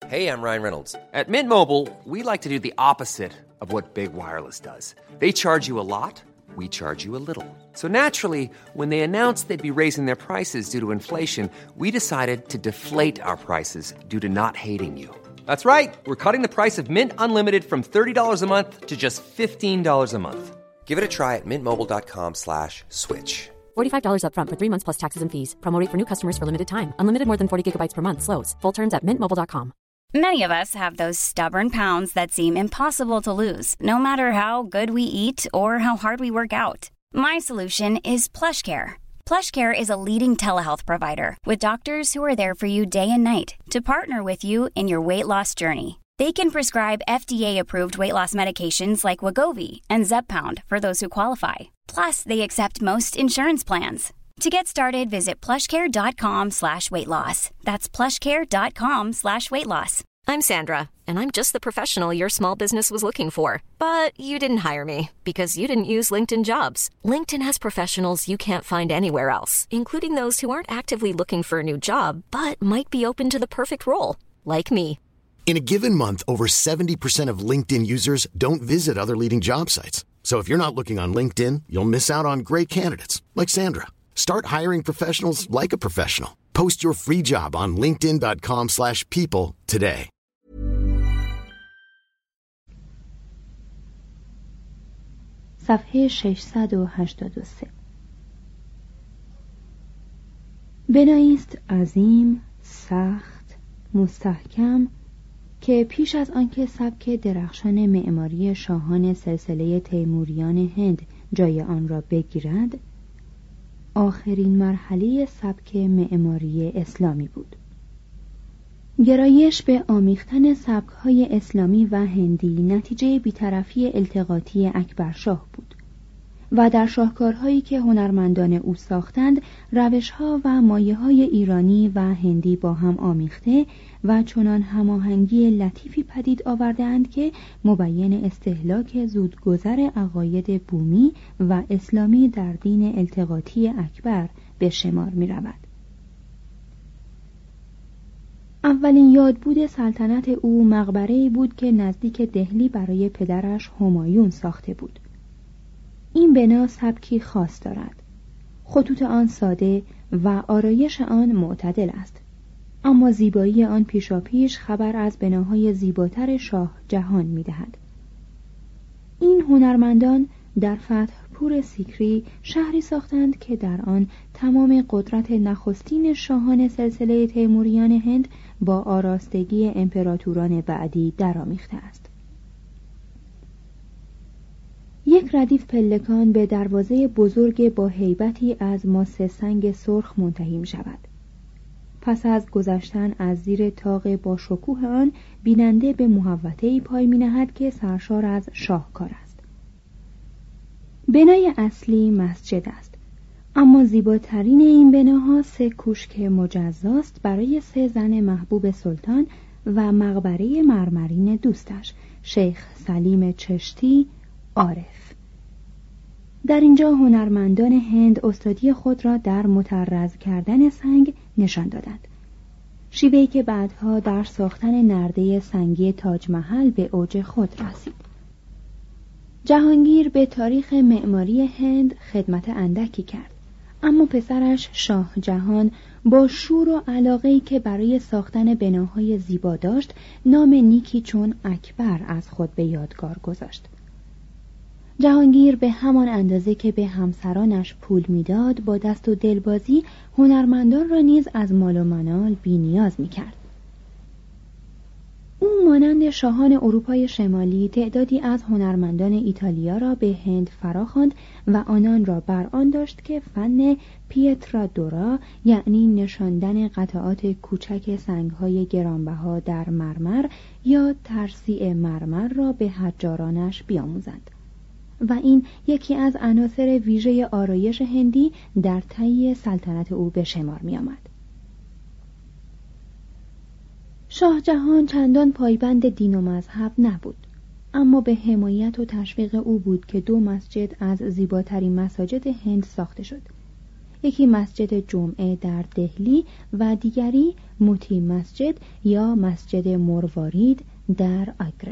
Hey, I'm Ryan Reynolds. At Mint Mobile, we like to do the opposite of what Big Wireless does. They charge you a lot, we charge you a little. So naturally, when they announced they'd be raising their prices due to inflation, we decided to deflate our prices due to not hating you. That's right. We're cutting the price of Mint Unlimited from $30 a month to just $15 a month. Give it a try at mintmobile.com/switch. $45 up front for 3 months plus taxes and fees. Promo rate for new customers for limited time. Unlimited more than 40 gigabytes per month slows. Full terms at mintmobile.com. Many of us have those stubborn pounds that seem impossible to lose, no matter how good we eat or how hard we work out. My solution is PlushCare. PlushCare is a leading telehealth provider with doctors who are there for you day and night to partner with you in your weight loss journey. They can prescribe FDA-approved weight loss medications like Wegovy and Zepbound for those who qualify. Plus, they accept most insurance plans. To get started, visit plushcare.com/weightloss. That's plushcare.com/weightloss. I'm Sandra, and I'm just the professional your small business was looking for. But you didn't hire me because you didn't use LinkedIn Jobs. LinkedIn has professionals you can't find anywhere else, including those who aren't actively looking for a new job, but might be open to the perfect role, like me. In a given month, over 70% of LinkedIn users don't visit other leading job sites. So if you're not looking on LinkedIn, you'll miss out on great candidates like Sandra. Start hiring professionals like a professional. Post your free job on linkedin.com/people today. صفحه 683. بنایی است عظیم، سخت، مستحکم که پیش از آنکه سبک درخشان معماری شاهان سلسله تیموریان هند جای آن را بگیرد، آخرین مرحله سبک معماری اسلامی بود. گرایش به آمیختن سبک‌های اسلامی و هندی نتیجه بی‌طرفی التقاطی اکبرشاه بود و در شاهکارهایی که هنرمندان او ساختند روش‌ها و مایه‌های ایرانی و هندی با هم آمیخته و چنان هماهنگی لطیفی پدید آورده‌اند که مبین استهلاک زودگذر عقاید بومی و اسلامی در دین التقاطی اکبر به شمار می‌رود. اولین یادبود سلطنت او مقبره‌ای بود که نزدیک دهلی برای پدرش همایون ساخته بود. این بنا سبکی خاص دارد. خطوط آن ساده و آرایش آن معتدل است، اما زیبایی آن پیشاپیش خبر از بناهای زیباتر شاه جهان می‌دهد. این هنرمندان در فتحپور سیکری شهری ساختند که در آن تمام قدرت نخستین شاهان سلسله تیموریان هند با آراستگی امپراتوران بعدی درآمیخته است. یک ردیف پلکان به دروازه بزرگ با هیبتی از ماس سنگ سرخ منتهی می شود. پس از گذشتن از زیر طاق با شکوه آن، بیننده به محوطه‌ای پای می نهد که سرشار از شاهکار است. بنای اصلی مسجد است، اما زیباترین این بناها 3 کوشک مجزاست برای 3 زن محبوب سلطان و مقبره مرمرین دوستش شیخ سلیم چشتی عارف. در اینجا هنرمندان هند استادی خود را در مطرز کردن سنگ نشان دادند، شیوهی که بعدها در ساختن نرده سنگی تاج محل به اوج خود رسید. جهانگیر به تاریخ معماری هند خدمت اندکی کرد، اما پسرش شاه جهان با شور و علاقه‌ای که برای ساختن بناهای زیبا داشت، نام نیکی چون اکبر از خود به یادگار گذاشت. جهانگیر به همان اندازه که به همسرانش پول میداد، با دست و دلبازی هنرمندان را نیز از مال و منال بی‌نیاز می‌کرد. او مانند شاهان اروپای شمالی تعدادی از هنرمندان ایتالیا را به هند فراخواند و آنان را بر آن داشت که فن پیترا دورا، یعنی نشاندن قطعات کوچک سنگ‌های گرانبها در مرمر یا ترصیع مرمر را به حجارانش بیاموزند. و این یکی از عناصر ویژه آرایش هندی در طی سلطنت او به شمار می آمد. شاه جهان چندان پایبند دین و مذهب نبود، اما به حمایت و تشویق او بود که 2 مسجد از زیباترین مساجد هند ساخته شد. یکی مسجد جمعه در دهلی و دیگری موتی مسجد یا مسجد مروارید در آگره.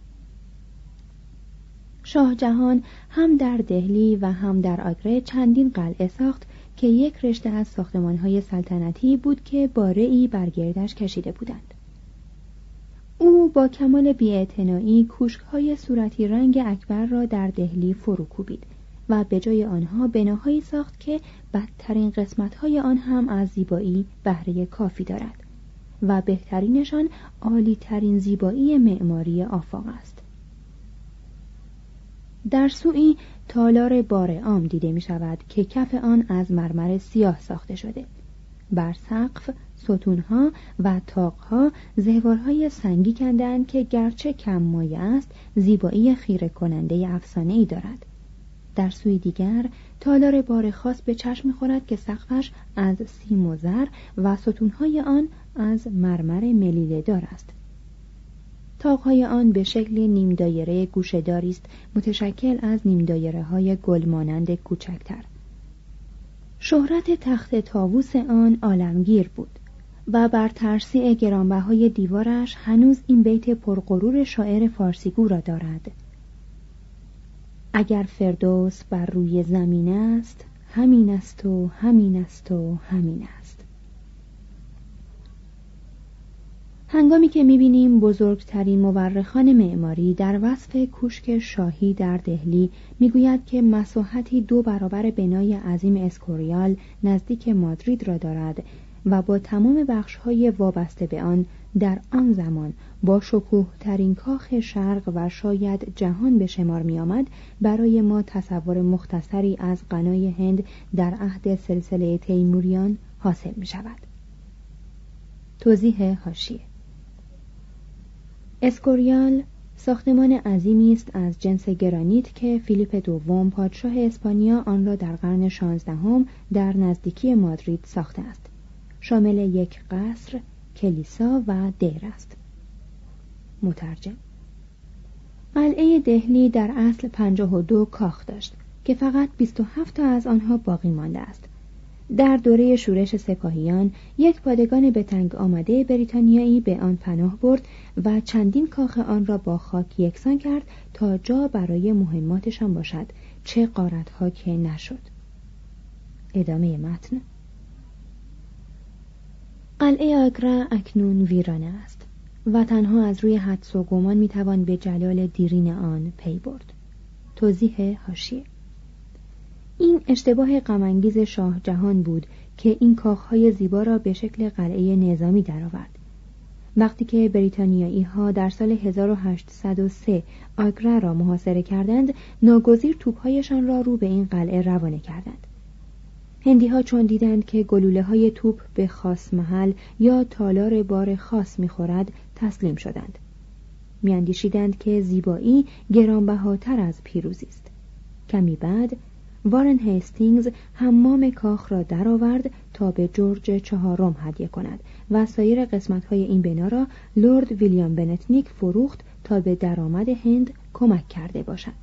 شاه جهان هم در دهلی و هم در آگره چندین قلعه ساخت که یک رشته از ساختمان‌های سلطنتی بود که باره‌ای بر گردش کشیده بودند. او با کمال بی‌اعتنایی کوشک‌های صورتی رنگ اکبر را در دهلی فرو کوبید و به جای آنها بناهایی ساخت که بدترین قسمت‌های آن هم از زیبایی بهره کافی دارد و بهترینشان عالی‌ترین زیبایی معماری آفاق است. در سوی تالار بار عام دیده می شود که کف آن از مرمر سیاه ساخته شده. بر سقف ستونها و طاقها زهوارهای سنگی کندند که گرچه کم مایه است زیبایی خیره کننده افسانه‌ای دارد. در سوی دیگر تالار بار خاص به چشم می‌خورد که سقفش از سیم و زر و ستونهای آن از مرمر ملیله دار است. طاق‌های آن به شکل نیم دایره گوشه‌داری است متشکل از نیم دایره‌های گل مانند کوچکتر. شهرت تخت طاووس آن عالمگیر بود و بر ترصیع گرانبهای دیوارش هنوز این بیت پرغرور شاعر فارسیگو را دارد: اگر فردوس بر روی زمین است، همین است و همین است و همین است. هنگامی که می‌بینیم بزرگترین مورخان معماری در وصف کوشک شاهی در دهلی می‌گوید که مساحتی 2 برابر بنای عظیم اسکوریال نزدیک مادرید را دارد و با تمام بخش‌های وابسته به آن در آن زمان با شکوه‌ترین کاخ شرق و شاید جهان به شمار می‌آمد، برای ما تصور مختصری از غنای هند در عهد سلسله تیموریان حاصل می‌شود. توضیح حاشیه: اسکوریال ساختمان عظیمی است از جنس گرانیت که فیلیپ دوم پادشاه اسپانیا آن را در قرن 16 در نزدیکی مادرید ساخته است. شامل یک قصر، کلیسا و دیر است. مترجم: قلعه دهلی در اصل 52 کاخ داشت که فقط 27 تا از آنها باقی مانده است. در دوره شورش سپاهیان یک پادگان به تنگ آمده بریتانیایی به آن پناه برد و چندین کاخ آن را با خاک یکسان کرد تا جا برای مهماتشان باشد، چه غارت‌ها که نشد. ادامه متن: قلعه آگره اکنون ویرانه است و تنها از روی حدس و گمان میتوان به جلال دیرین آن پی برد. توضیح حاشیه: این اشتباه غم‌انگیز شاه جهان بود که این کاخهای زیبا را به شکل قلعه نظامی درآورد. وقتی که بریتانیایی‌ها در سال 1803 آگره را محاصره کردند، ناگزیر توپ‌هایشان را رو به این قلعه روانه کردند. هندی‌ها چون دیدند که گلوله‌های توپ به خاص محل یا تالار بار خاص می‌خورد، تسلیم شدند. می‌اندیشیدند که زیبایی گرانبهاتر از پیروزی است. کمی بعد وارن هیستینگز حمام کاخ را درآورد تا به جورج 4 هدیه کند و سایر قسمت‌های این بنا را لرد ویلیام بنتنیک فروخت تا به درآمد هند کمک کرده باشد.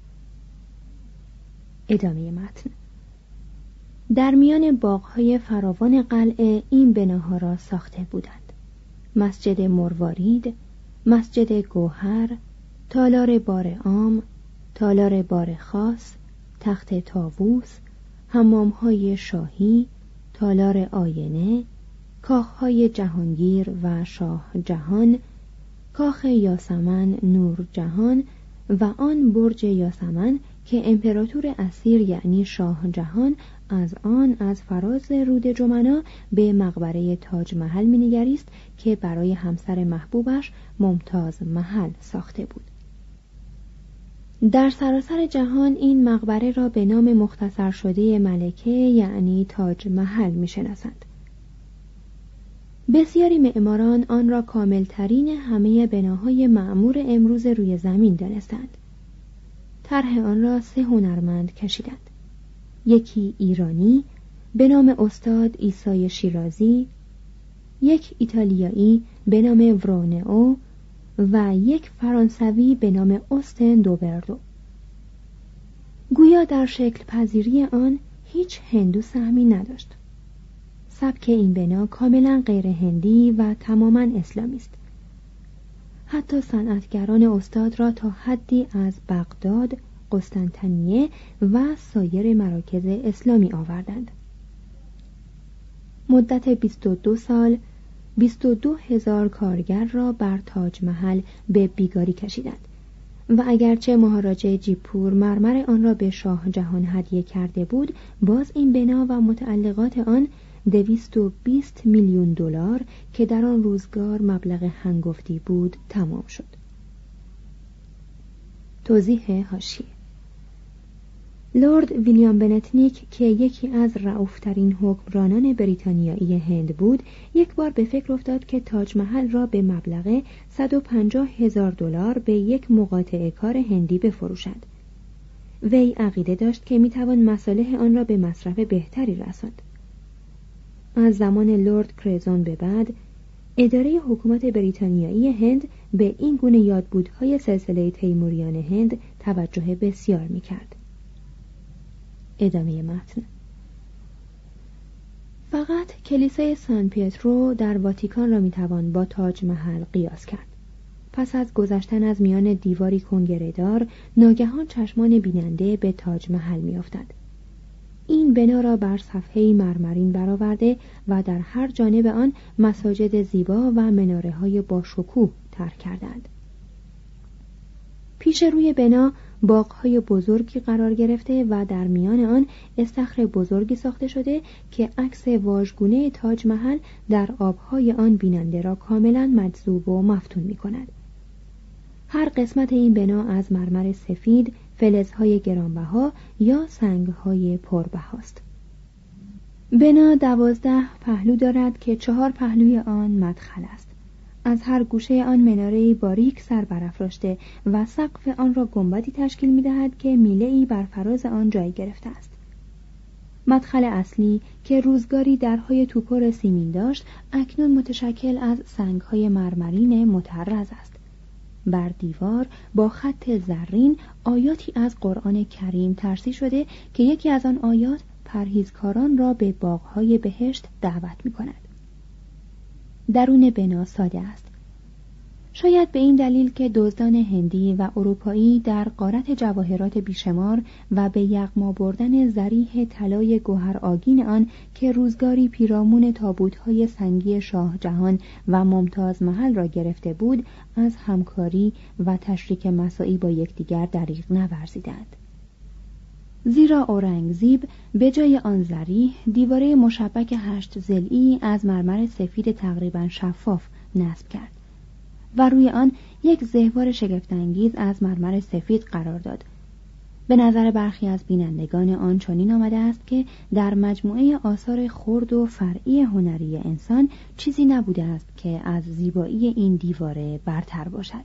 ادامه متن: در میان باغ‌های فراوان قلعه این بناها را ساخته بودند: مسجد مروارید، مسجد گوهر، تالار بار عام، تالار بار خاص، تخت طاووس، حمام‌های شاهی، تالار آینه، کاخ‌های جهانگیر و شاه جهان، کاخ یاسمن نور جهان و آن برج یاسمن که امپراتور اسیر یعنی شاه جهان از فراز رود جمنا به مقبره تاج محل می‌نگریست که برای همسر محبوبش ممتاز محل ساخته بود. در سراسر جهان این مقبره را به نام مختصر شده ملکه یعنی تاج محل می‌شناسند. بسیاری معماران آن را کاملترین همه بناهای معمور امروز روی زمین دانستند. طرح آن را 3 هنرمند کشیدند: یکی ایرانی به نام استاد عیسی شیرازی، یک ایتالیایی به نام ورونئو و یک فرانسوی به نام اوستن دوبردو. گویا در شکل پذیری آن هیچ هندو سهمی نداشت. سبک این بنا کاملا غیر هندی و تماما اسلامی است. حتی صنعتگران استاد را تا حدی از بغداد، قسطنطنیه و سایر مراکز اسلامی آوردند. مدت 22 سال 22,000 کارگر را بر تاج محل به بیگاری کشیدند و اگرچه مهاراجه جیپور مرمر آن را به شاه جهان هدیه کرده بود، باز این بنا و متعلقات آن 220 میلیون دلار که در آن روزگار مبلغ هنگفتی بود تمام شد. توضیح حاشیه: لرد ویلیام بنتنیک که یکی از رئوفترین حکمرانان بریتانیایی هند بود، یک بار به فکر افتاد که تاج محل را به مبلغ 150,000 دلار به یک مقاطعه کار هندی بفروشد. وی عقیده داشت که میتوان مصالح آن را به مصرف بهتری رساند. از زمان لرد کرزون به بعد اداره حکومت بریتانیایی هند به این گونه یادبودهای سلسله تیموریان هند توجه بسیار میکرد. ادامه متن. فقط کلیسای سان پیترو در واتیکان را میتوان با تاج محل قیاس کرد. پس از گذشتن از میان دیواری کنگره‌دار، ناگهان چشمان بیننده به تاج محل میافتد. این بنا را بر صفحه مرمرین برآورده و در هر جانب آن مساجد زیبا و مناره‌های با شکوه طرح کردند. پیش روی بنا باغ‌های بزرگی قرار گرفته و در میان آن استخر بزرگی ساخته شده که عکس واژگونه تاج محل در آب‌های آن بیننده را کاملاً مجذوب و مفتون می‌کند. هر قسمت این بنا از مرمر سفید، فلزهای گرانبها یا سنگ‌های پربهاست. بنا 12 پهلو دارد که 4 پهلوی آن مدخل است. از هر گوشه آن مناره‌ای باریک سر برافراشته و سقف آن را گنبدی تشکیل می‌دهد که میله‌ای بر فراز آن جای گرفته است. مدخل اصلی که روزگاری درهای توپر سیمین داشت، اکنون متشکل از سنگ‌های مرمرین مطرز است. بر دیوار با خط زرین آیاتی از قرآن کریم ترسی شده که یکی از آن آیات پرهیزکاران را به باغ‌های بهشت دعوت می‌کند. درون بنا ساده است. شاید به این دلیل که دزدان هندی و اروپایی در غارت جواهرات بیشمار و به یغما بردن ذریح طلای گوهرآگین آن که روزگاری پیرامون تابوت‌های سنگی شاه جهان و ممتاز محل را گرفته بود، از همکاری و تشریک مساعی با یکدیگر دریغ نورزیدند. زیرا اورنگزیب به جای آن ذریح دیواره مشبک 8 ضلعی از مرمر سفید تقریباً شفاف نصب کرد و روی آن یک زهوار شگفت‌انگیز از مرمر سفید قرار داد. به نظر برخی از بینندگان آن چنین آمده است که در مجموعه آثار خرد و فرعی هنری انسان چیزی نبوده است که از زیبایی این دیواره برتر باشد.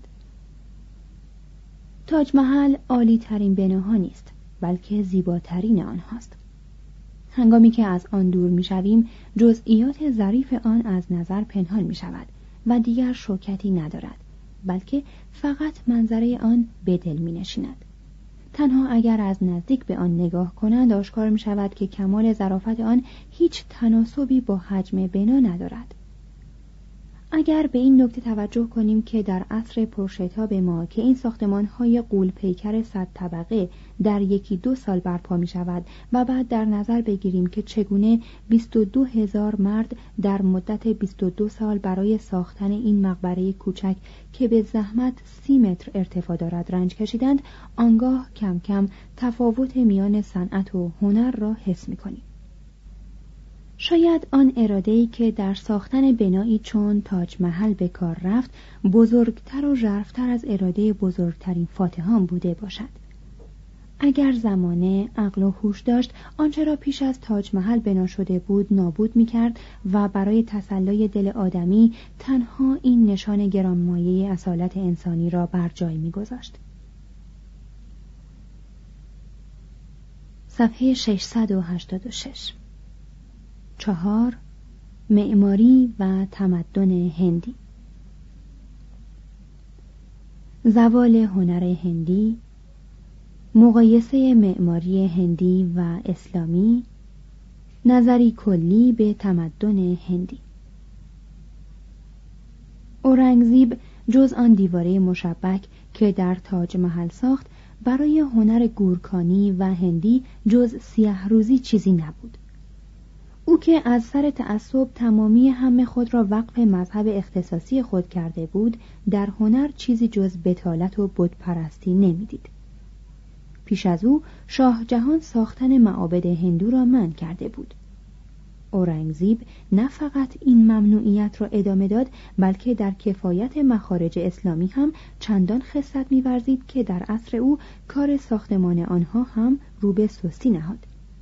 تاج محل عالی ترین بناها نیست، بلکه زیباترین آنهاست. هنگامی که از آن دور می‌شویم، جزئیات ظریف آن از نظر پنهان می‌شود و دیگر شوکتی ندارد، بلکه فقط منظره آن به دل می‌نشیند. تنها اگر از نزدیک به آن نگاه کنند آشکار می‌شود که کمال ظرافت آن هیچ تناسبی با حجم بنا ندارد. اگر به این نکته توجه کنیم که در عصر پرشتاب ما که این ساختمان‌های غول پیکر 100 طبقه در 1-2 سال برپا می‌شود و بعد در نظر بگیریم که چگونه 22,000 مرد در مدت 22 سال برای ساختن این مقبره کوچک که به زحمت 30 متر ارتفاع دارد رنج کشیدند، آنگاه کم کم تفاوت میان صنعت و هنر را حس می‌کنیم. شاید آن اراده‌ای که در ساختن بنایی چون تاج محل به کار رفت بزرگتر و ژرف‌تر از اراده بزرگترین فاتحان بوده باشد. اگر زمانه عقل و هوش داشت، آنچه را پیش از تاج محل بنا شده بود نابود می‌کرد و برای تسلای دل آدمی تنها این نشان گرانمایه اصالت انسانی را بر جای می‌گذاشت. صفحه 686. 4. معماری و تمدن هندی. زوال هنر هندی، مقایسه معماری هندی و اسلامی نظری کلی به تمدن هندی. اورنگزیب جز آن دیواره مشبک که در تاج محل ساخت برای هنر گورکانی و هندی جز سیاه روزی چیزی نبود. او که از سر تعصب تمامی همه خود را وقف مذهب اختصاصی خود کرده بود، در هنر چیزی جز بتالت و بتپرستی نمیدید. پیش از او شاه جهان ساختن معابد هندو را منع کرده بود. اورنگزیب نه فقط این ممنوعیت را ادامه داد، بلکه در کفایت مخارج اسلامی هم چندان خست می‌ورزید که در عصر او کار ساختمان آنها هم رو به سستی نهاد.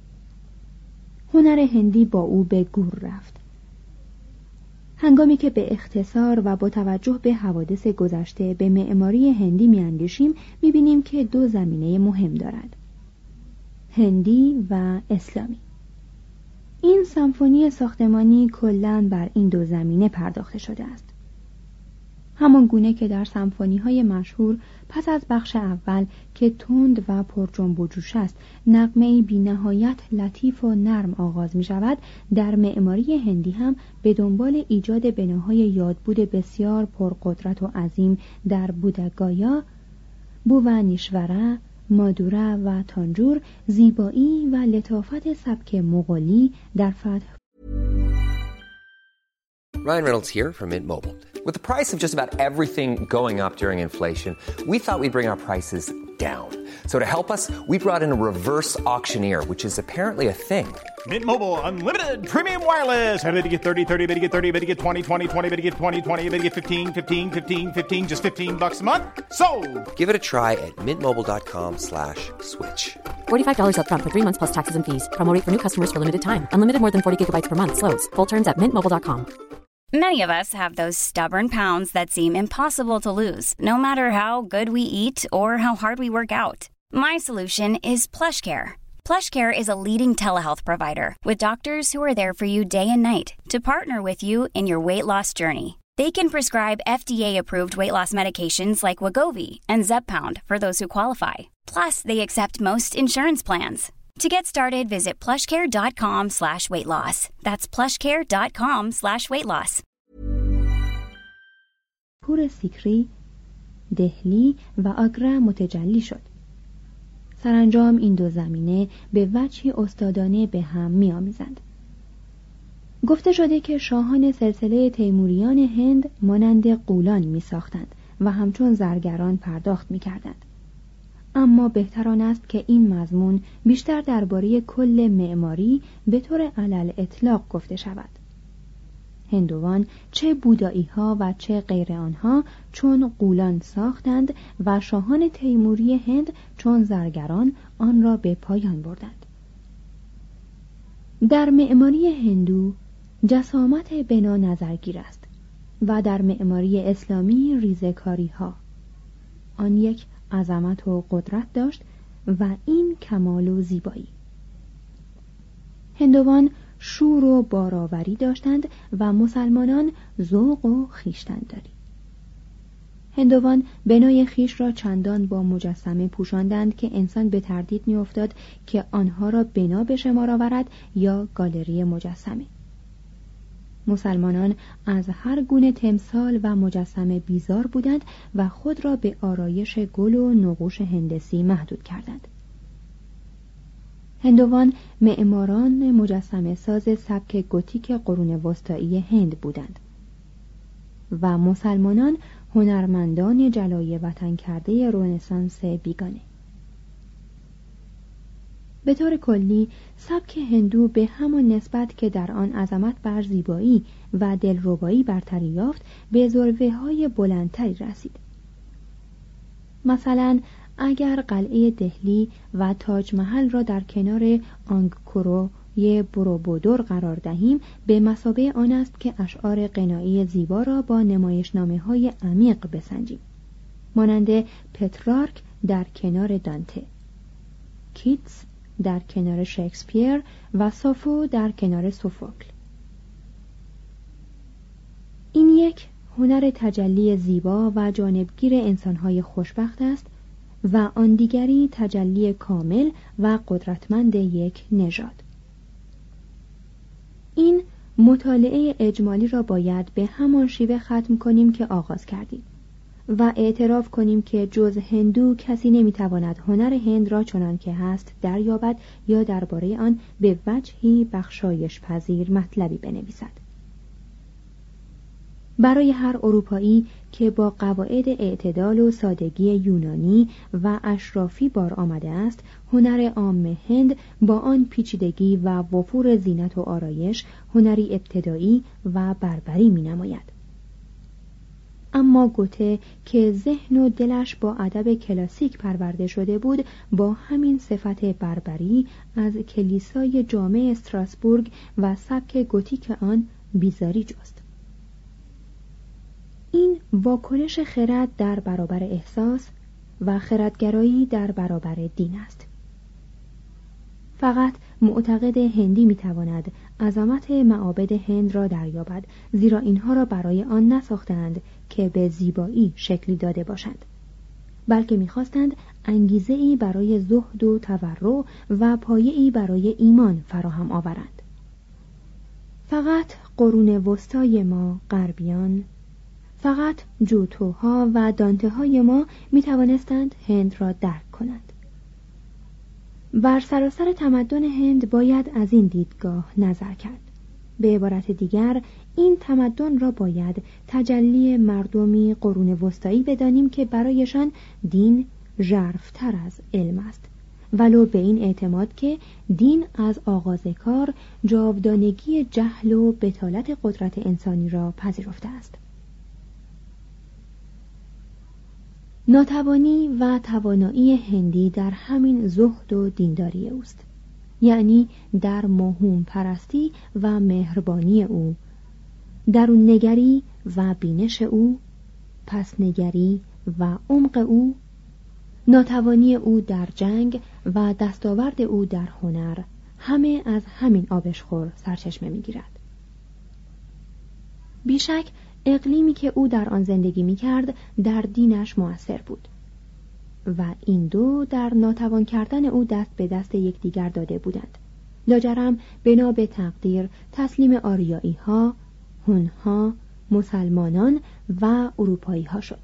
هنر هندی با او به گور رفت. هنگامی که به اختصار و با توجه به حوادث گذشته به معماری هندی می‌اندیشیم، می‌بینیم که دو زمینه مهم دارد: هندی و اسلامی. این سمفونی ساختمانی کلاً بر این دو زمینه پرداخته شده است. همان گونه که در سمفونی‌های مشهور پس از بخش اول که تند و پرجنب و جوش است، نغمه‌ای بی‌نهایت لطیف و نرم آغاز می‌شود، در معماری هندی هم به دنبال ایجاد بناهای یادبود بسیار پرقدرت و عظیم در بوداگایا، بوونیشورا، مادورا و تانجور زیبایی و لطافت سبک مغولی در فتح. Ryan Reynolds here from Mint Mobile. With the price of just about everything going up during inflation, we thought we'd bring our prices down. So to help us, we brought in a reverse auctioneer, which is apparently a thing. Mint Mobile Unlimited Premium Wireless. How to get 30, 30, bit to get 30, bit to get 20, 20, 20, bit to get 20, 20, bit to get 15, 15, 15, 15, just $15 a month? Sold! Give it a try at mintmobile.com/switch. $45 up front for 3 months plus taxes and fees. Promo rate for new customers for limited time. Unlimited more than 40 gigabytes per month. Slows full terms at mintmobile.com. Many of us have those stubborn pounds that seem impossible to lose, no matter how good we eat or how hard we work out. My solution is PlushCare. PlushCare is a leading telehealth provider with doctors who are there for you day and night to partner with you in your weight loss journey. They can prescribe FDA-approved weight loss medications like Wegovy and Zepbound for those who qualify. Plus, they accept most insurance plans. To get started, visit plushcare.com/weightloss. That's plushcare.com/weightloss. پور سیکری، دهلی و آگرا متجلی شد. سرانجام این دو زمینه به وجهی استادانه به هم می‌آمیزند. گفته شده که شاهان سلسله تیموریان هند مانند غولان می‌ساختند و همچون زرگران پرداخت می‌کردند. اما بهتر آن است که این مضمون بیشتر درباره کل معماری به طور علل اطلاق گفته شود. هندوان چه بودایی‌ها و چه غیر آنها چون غولان ساختند و شاهان تیموری هند چون زرگران آن را به پایان بردند. در معماری هندو جسامت بنا نظرگیر است و در معماری اسلامی ریزه‌کاری‌ها. آن یک عظمت و قدرت داشت و این کمال و زیبایی. هندوان شور و بارآوری داشتند و مسلمانان ذوق و خویشتن‌داری. هندوان بنای خویش را چندان با مجسمه پوشاندند که انسان به تردید می‌افتاد که آنها را بنا به شمار آورد یا گالری مجسمه. مسلمانان از هر گونه تمثال و مجسمه بیزار بودند و خود را به آرایش گل و نقوش هندسی محدود کردند. هندوان معماران مجسمه ساز سبک گوتیک قرون وسطایی هند بودند و مسلمانان هنرمندان جلای وطن کرده رنسانس بیگانه. به طور کلی سبک هندو به همان نسبت که در آن عظمت بر زیبایی و دلربایی برتری یافت به ذروه‌های بلندتری رسید. مثلا اگر قلعه دهلی و تاج محل را در کنار آنگکوروی بروبودور قرار دهیم، به مثابه آن است که اشعار غنایی زیبا را با نمایشنامه‌های عمیق بسنجیم، مانند پترارک در کنار دانته، کیتس در کنار شکسپیر و سافو در کنار سوفوکل. این یک هنر تجلی زیبا و جانبگیر انسان‌های خوشبخت است و آن دیگری تجلی کامل و قدرتمند یک نژاد. این مطالعه اجمالی را باید به همان شیوه ختم کنیم که آغاز کردیم و اعتراف کنیم که جز هندو کسی نمیتواند هنر هند را چنان که هست دریابد یا درباره آن به وجهی بخشایش پذیر مطلبی بنویسد. برای هر اروپایی که با قواعد اعتدال و سادگی یونانی و اشرافی بار آمده است، هنر عام هند با آن پیچیدگی و وفور زینت و آرایش هنری ابتدایی و بربری می نماید. اما گوته که ذهن و دلش با ادب کلاسیک پرورده شده بود، با همین صفت بربری از کلیسای جامع استراسبورگ و سبک گوتیک آن بیزاری جست. این واکنش خرد در برابر احساس و خردگرایی در برابر دین است. فقط معتقد هندی میتواند عظمت معابد هند را دریابد، زیرا اینها را برای آن نساختند که به زیبایی شکلی داده باشند، بلکه میخواستند انگیزه‌ای برای زهد و تورع و پایه‌ای برای ایمان فراهم آورند. فقط قرون وسطای ما غربیان، فقط جوتوها و دانته‌های ما میتوانستند هند را درک کنند. بر سراسر تمدن هند باید از این دیدگاه نظر کرد. به عبارت دیگر، این تمدن را باید تجلی مردمی قرون وسطایی بدانیم که برایشان دین ژرف‌تر از علم است، ولو به این اعتماد که دین از آغاز کار جاودانگی جهل و بطالت قدرت انسانی را پذیرفته است. ناتوانی و توانایی هندی در همین زهد و دینداری اوست، یعنی در موهوم پرستی و مهربانی او، درون نگری و بینش او، پس نگری و عمق او، ناتوانی او در جنگ و دستاورد او در هنر، همه از همین آبشخور سرچشمه می‌گیرد. بیشک اقلیمی که او در آن زندگی می‌کرد در دینش مؤثر بود و این دو در ناتوان کردن او دست به دست یکدیگر داده بودند. لاجرم بنا به تقدیر تسلیم آریایی‌ها، هون‌ها، مسلمانان و اروپایی‌ها شد.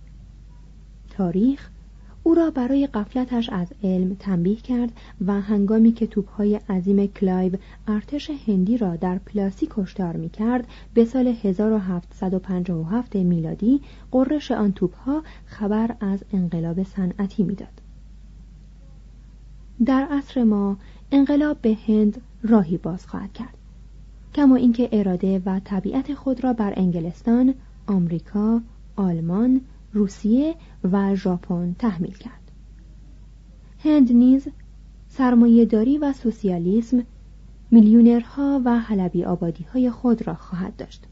تاریخ او را برای غفلتش از علم تنبیه کرد و هنگامی که توپ‌های عظیم کلایو ارتش هندی را در پلاسی کشتار می‌کرد، به سال 1757 میلادی غرش آن توپ‌ها خبر از انقلاب صنعتی می‌داد. در عصر ما انقلاب به هند راهی باز خواهد کرد، کما اینکه اراده و طبیعت خود را بر انگلستان، آمریکا، آلمان، روسیه و ژاپن تحمیل کرد. هند نیز سرمایه‌داری و سوسیالیسم، میلیونرها و حلبی آبادی‌های خود را خواهد داشت.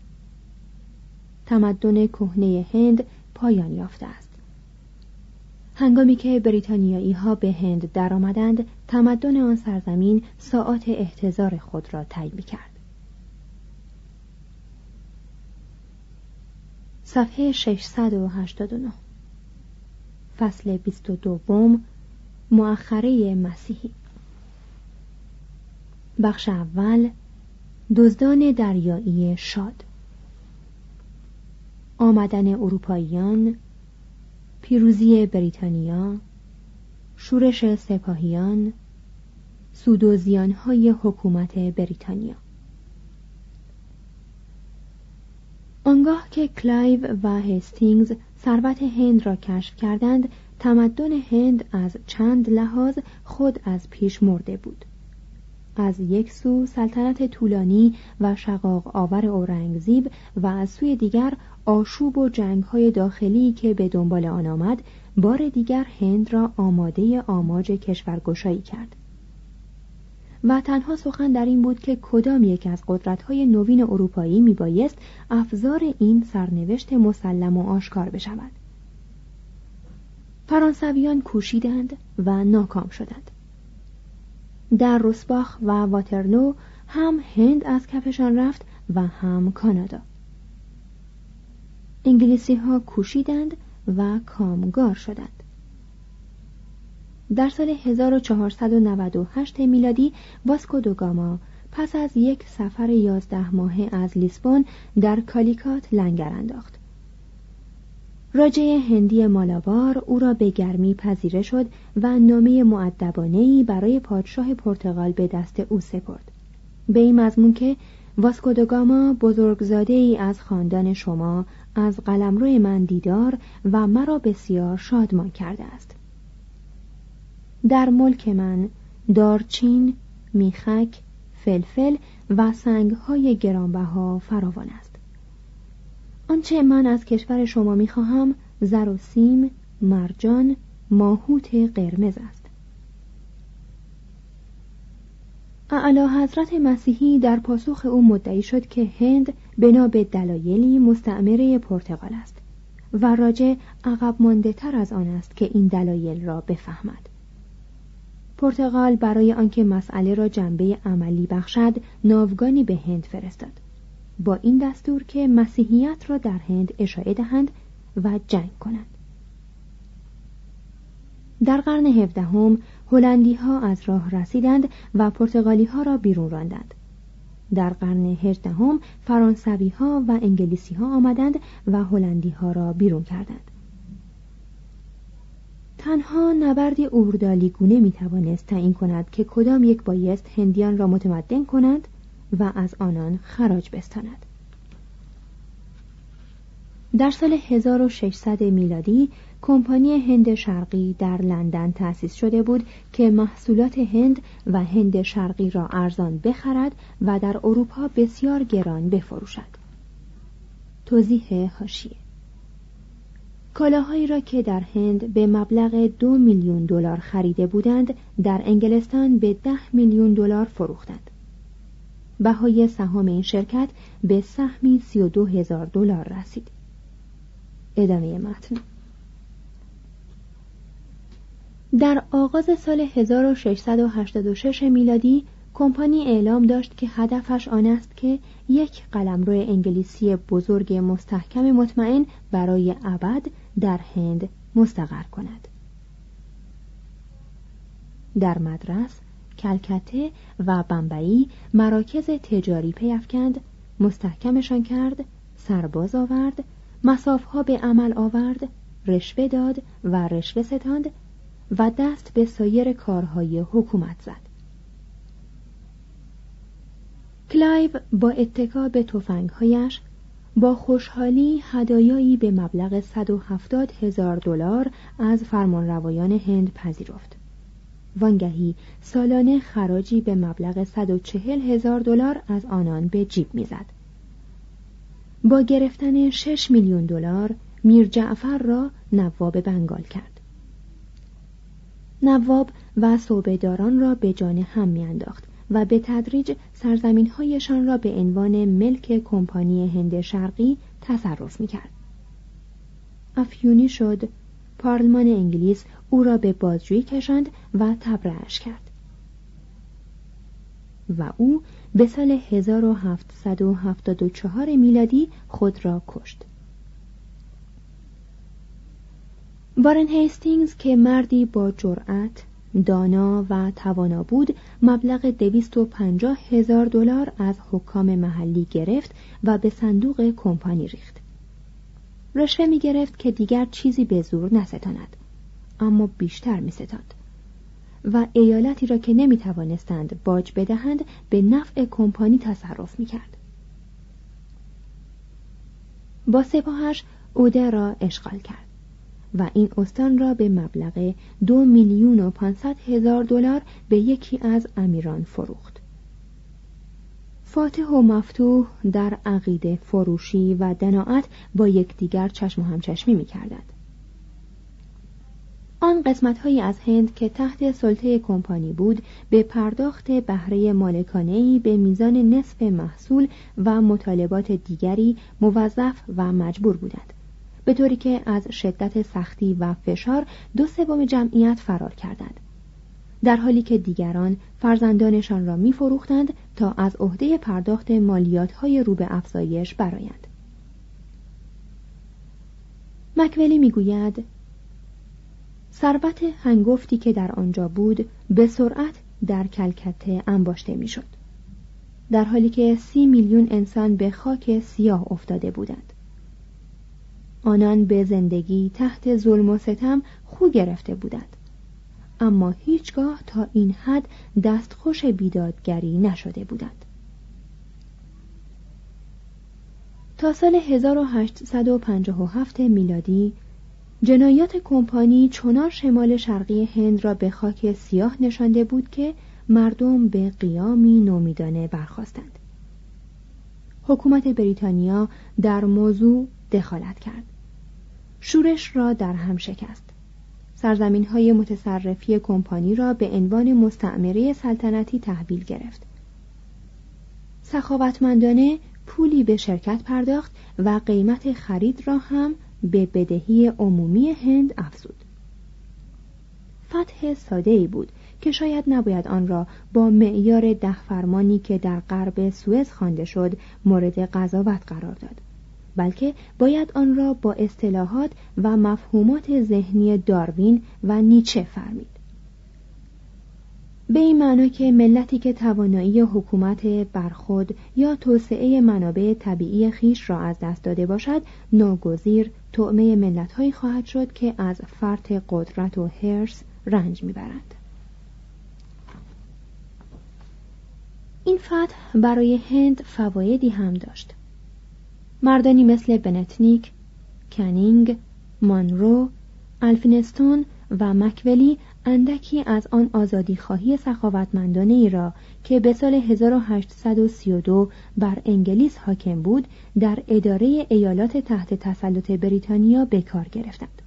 تمدن کهنه هند پایان یافته است. هنگامی که بریتانیایی‌ها به هند درآمدند، تمدن آن سرزمین ساعات احتضار خود را طی می‌کرد. صفحه 689. فصل 22 مؤخره مسیحی. بخش اول، دزدان دریایی شاد. آمدن اروپاییان، پیروزی بریتانیا، شورش سپاهیان، سود و زیان‌های حکومت بریتانیا. آنگاه که کلایو و هستینگز ثروت هند را کشف کردند، تمدن هند از چند لحاظ خود از پیش مرده بود. از یک سو سلطنت طولانی و شقاق آور اورنگزیب و از سوی دیگر آشوب و جنگ‌های داخلی که به دنبال آن آمد، بار دیگر هند را آماده آماج کشورگشایی کرد. و تنها سخن در این بود که کدام یک از قدرت‌های نوین اروپایی میبایست افزار این سرنوشت مسلم و آشکار بشود. فرانسویان کوشیدند و ناکام شدند. در روسباخ و واترلو هم هند از کفشان رفت و هم کانادا. انگلیسی‌ها کوشیدند و کامگار شدند. در سال 1498 میلادی واسکو دو گاما پس از یک سفر 11 ماهه از لیسبون در کالیکات لنگر انداخت. راجه هندی مالابار او را به گرمی پذیره شد و نامه مؤدبانه‌ای برای پادشاه پرتغال به دست او سپرد، به این مضمون که واسکو د گاما بزرگزاده‌ای از خاندان شما از قلمرو من دیدار و مرا بسیار شادمان کرده است. در ملک من دارچین، میخک، فلفل و سنگ‌های گرانبها فراوان است. آنچه من از کشور شما می‌خواهم زر و سیم، مرجان، ماهوت قرمز است. اعلی حضرت مسیحی در پاسخ او مدعی شد که هند بنا به دلایلی مستعمره پرتغال است و راجع عقب مانده تر از آن است که این دلایل را بفهمد. پرتغال برای آنکه مسئله را جنبه عملی بخشد ناوگانی به هند فرستاد، با این دستور که مسیحیت را در هند اشاعه دهند و جنگ کنند. در قرن 17 هلندی ها از راه رسیدند و پرتغالی ها را بیرون راندند. در قرن 18 فرانسوی ها و انگلیسی ها آمدند و هلندی ها را بیرون کردند. تنها نبردی اوردالیگونه می توانست تعیین کند که کدام یک بایست هندیان را متمدن کنند و از آنان خراج بستاند. در سال 1600 میلادی کمپانی هند شرقی در لندن تأسیس شده بود که محصولات هند و هند شرقی را ارزان بخرد و در اروپا بسیار گران بفروشد. توضیح حاشیه: کالاهایی را که در هند به مبلغ 2 میلیون دلار خریده بودند در انگلستان به 10 میلیون دلار فروختند. بهای سهام این شرکت به سهمی 32,000 دلار رسید. ادامه متن. در آغاز سال 1686 میلادی کمپانی اعلام داشت که هدفش آن است که یک قلمرو انگلیسی بزرگ مستحکم مطمئن برای ابد در هند مستقر کند. در مدرس، کلکته و بمبئی مراکز تجاری پیافکند، مستحکمشان کرد، سرباز آورد، مصافها به عمل آورد، رشوه داد و رشوه ستاند و دست به سایر کارهای حکومت زد. کلایو با اتکا به تفنگهایش با خوشحالی هدایایی به مبلغ 170,000 دلار از فرمانروایان هند پذیرفت. وانگهی سالانه خراجی به مبلغ 140,000 دلار از آنان به جیب میزد. با گرفتن 6 میلیون دلار میر جعفر را نواب بنگال کرد. نواب و صوبه‌داران را به جان هم میانداخت و به تدریج سرزمین‌هایشان را به عنوان ملک کمپانی هند شرقی تصرف می‌کرد. افیونی شد، پارلمان انگلیس او را به بازجویی کشاند و تبرئه‌اش کرد و او به سال 1774 میلادی خود را کشت. وارن هیستینگز که مردی با جرأت، دانا و توانا بود، مبلغ 250,000 دلار از حکام محلی گرفت و به صندوق کمپانی ریخت. رشوه می گرفت که دیگر چیزی به زور نستاند، اما بیشتر می ستاند و ایالتی را که نمی توانستند باج بدهند به نفع کمپانی تصرف می کرد. با سپاهش اوده را اشغال کرد و این استان را به مبلغ 2,500,000 دلار به یکی از امیران فروخت. فاتح و مفتوح در عقیده فروشی و دناعت با یکدیگر چشم و همچشمی می‌کردند. آن قسمت‌هایی از هند که تحت سلطه کمپانی بود به پرداخت بهره مالکانه‌ای به میزان نصف محصول و مطالبات دیگری موظف و مجبور بودند، به طوری که از شدت سختی و فشار 2/3 جمعیت فرار کردند، در حالی که دیگران فرزندانشان را می‌فروختند تا از عهده پرداخت مالیات‌های رو به افزایش برآیند. مکولی می‌گوید ثروت هنگفتی که در آنجا بود به سرعت در کلکته انباشته می‌شد. در حالی که 30 میلیون انسان به خاک سیاه افتاده بودند. آنان به زندگی تحت ظلم و ستم خو گرفته بودند، اما هیچگاه تا این حد دستخوش بیدادگری نشده بودند. تا سال 1857 میلادی جنایات کمپانی چنان شمال شرقی هند را به خاک سیاه نشانده بود که مردم به قیامی نومیدانه برخاستند. حکومت بریتانیا در موضوع دخالت کرد. شورش را در هم شکست. سرزمین‌های متصرفی کمپانی را به عنوان مستعمره سلطنتی تحویل گرفت. سخاوتمندانه پولی به شرکت پرداخت و قیمت خرید را هم به بدهی عمومی هند افزود. فتح ساده‌ای بود که شاید نباید آن را با معیار 10 فرمانی که در غرب سوئز خوانده شد مورد قضاوت قرار داد، بلکه باید آن را با اصطلاحات و مفهومات ذهنی داروین و نیچه فرمید. به این معنی که ملتی که توانایی حکومت بر خود یا توسعه منابع طبیعی خیش را از دست داده باشد، ناگزیر طعمه ملت‌هایی خواهد شد که از فرط قدرت و حرص رنج میبرند. این فتح برای هند فوایدی هم داشت. مردانی مثل بنتنیک، کنینگ، مانرو، الفینستون و مکولی اندکی از آن آزادیخواهی سخاوتمندانه ای را که به سال 1832 بر انگلیس حاکم بود در اداره ایالات تحت تسلط بریتانیا به کار گرفتند.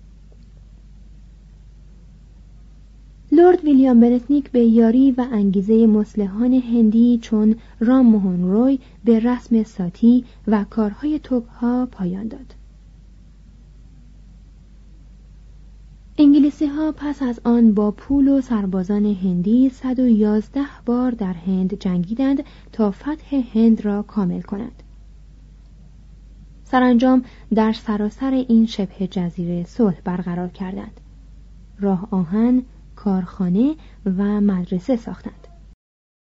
لرد ویلیام بنتنیک به یاری و انگیزه مصلحان هندی چون رام موهن روی به رسم ساتی و کارهای توکها پایان داد. انگلیسی ها پس از آن با پول و سربازان هندی 111 بار در هند جنگیدند تا فتح هند را کامل کنند. سرانجام در سراسر این شبه جزیره صلح برقرار کردند. راه آهن، کارخانه و مدرسه ساختند.